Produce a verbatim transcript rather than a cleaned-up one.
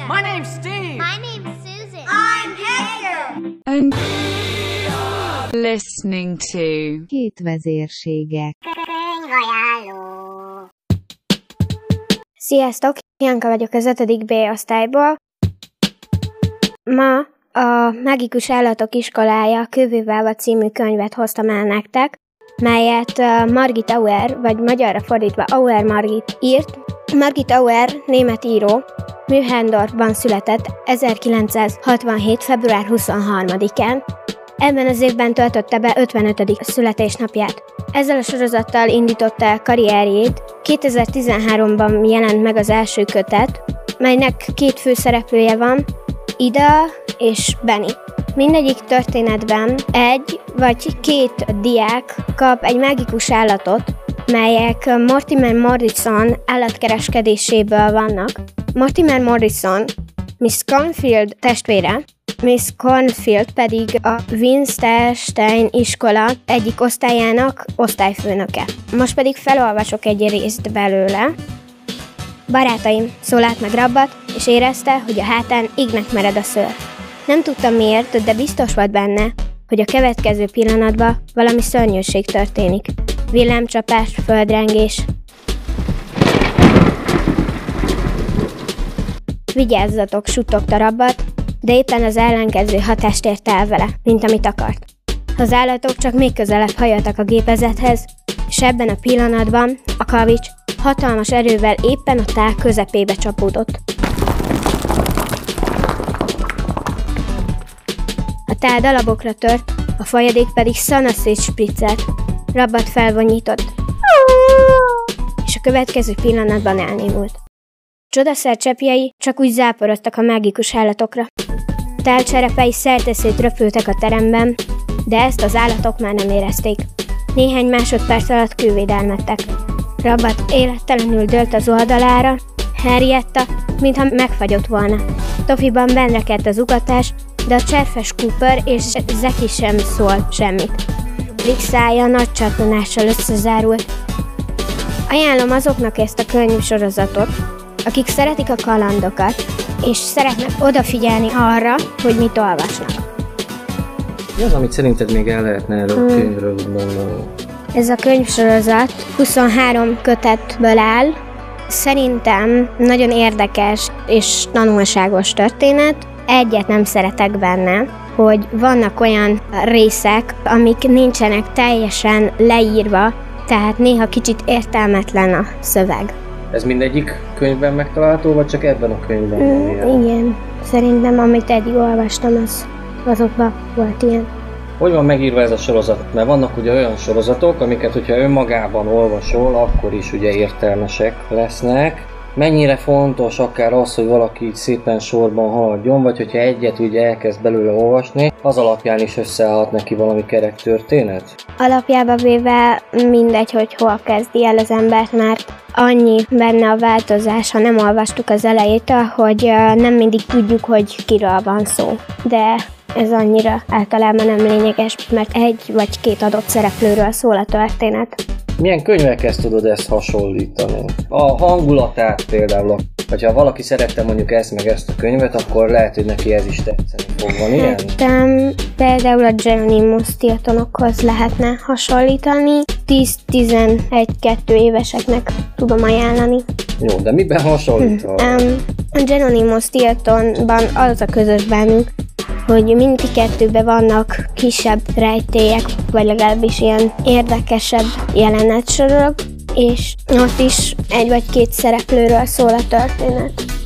My name's Steve. My name's Susan. I'm Hector. And listening to Két vezérségek. Könyvajánló. Sziasztok! Janka vagyok az ötödik B osztályból. Ma a Mágikus Állatok Iskolája Kővőváva című könyvet hoztam el nektek, melyet Margit Auer, vagy magyarra fordítva Auer Margit írt. Margit Auer német író, Mühldorfban született ezerkilencszázhatvanhét. február huszonharmadikán. Ebben az évben töltötte be ötvenötödik születésnapját. Ezzel a sorozattal indította el karrierjét. kétezer-tizenháromban jelent meg az első kötet, melynek két főszereplője van, Ida és Benny. Mindegyik történetben egy vagy két diák kap egy mágikus állatot, melyek Mortimer Morrison állatkereskedéséből vannak. Mortimer Morrison Miss Cornfield testvére, Miss Cornfield pedig a Winterstein iskola egyik osztályának osztályfőnöke. Most pedig felolvasok egy részt belőle. Barátaim, szólalt meg Rabbat, és érezte, hogy a hátán égnek mered a szőr. Nem tudta miért, de biztos volt benne, hogy a következő pillanatban valami szörnyűség történik. Villámcsapás, földrengés. Vigyázzatok, suttogta Rabbat, de éppen az ellenkező hatást érte el vele, mint amit akart. Az állatok csak még közelebb hajoltak a gépezethez, és ebben a pillanatban a kavics hatalmas erővel éppen a tál közepébe csapódott. A tál darabokra tört, a folyadék pedig szanaszét spriccelt. Rabbat felvonyított, és a következő pillanatban elnémult. Csodaszer cseppjei csak úgy záporoztak a mágikus állatokra. A tálcserepei szerteszét röpültek a teremben, de ezt az állatok már nem érezték. Néhány másodperc alatt kővédelmettek. Rabbat élettelenül dőlt az oldalára, Henrietta, mintha megfagyott volna. Tofiban benrekedt az ukatás, de a cserfes Cooper és Zeki sem szólt semmit. Rick szája nagy csattanással összezárult. Ajánlom azoknak ezt a könyvsorozatot, akik szeretik a kalandokat, és szeretnek odafigyelni arra, hogy mit olvasnak. Mi az, amit szerinted még el lehetne erről a könyvről mondani? Ez a könyvsorozat huszonhárom kötetből áll. Szerintem nagyon érdekes és tanulságos történet. Egyet nem szeretek benne, hogy vannak olyan részek, amik nincsenek teljesen leírva, tehát néha kicsit értelmetlen a szöveg. Ez mindegyik könyvben megtalálható, vagy csak ebben a könyvben van Mm, ilyen? igen, szerintem amit eddig olvastam, az, azokban volt ilyen. Hogy van megírva ez a sorozat? Mert vannak ugye olyan sorozatok, amiket, hogyha önmagában olvasol, akkor is ugye értelmesek lesznek. Mennyire fontos akár az, hogy valaki így szépen sorban haladjon, vagy hogyha egyet ugye elkezd belőle olvasni, az alapján is összeállhat neki valami kerek történet? Alapjába véve mindegy, hogy hol kezdi el az embert, mert annyi benne a változás, ha nem olvastuk az elejétől, hogy nem mindig tudjuk, hogy kiről van szó. De ez annyira általában nem lényeges, mert egy vagy két adott szereplőről szól a történet. Milyen könyvekhez tudod ezt hasonlítani? A hangulatát például, hogyha valaki szerette mondjuk ezt meg ezt a könyvet, akkor lehet, hogy neki ez is tetszeni fog. Van ilyen? Szerintem például a Geronimo Stiltonokhoz lehetne hasonlítani. tíz-tizenegy-kettő éveseknek tudom ajánlani. Jó, de miben hasonlítva? Um, a Geronimo Stiltonban az a közös bennük, hogy mindkettőben vannak kisebb rejtélyek, vagy legalábbis ilyen érdekesebb jelenetsorok, és ott is egy vagy két szereplőről szól a történet.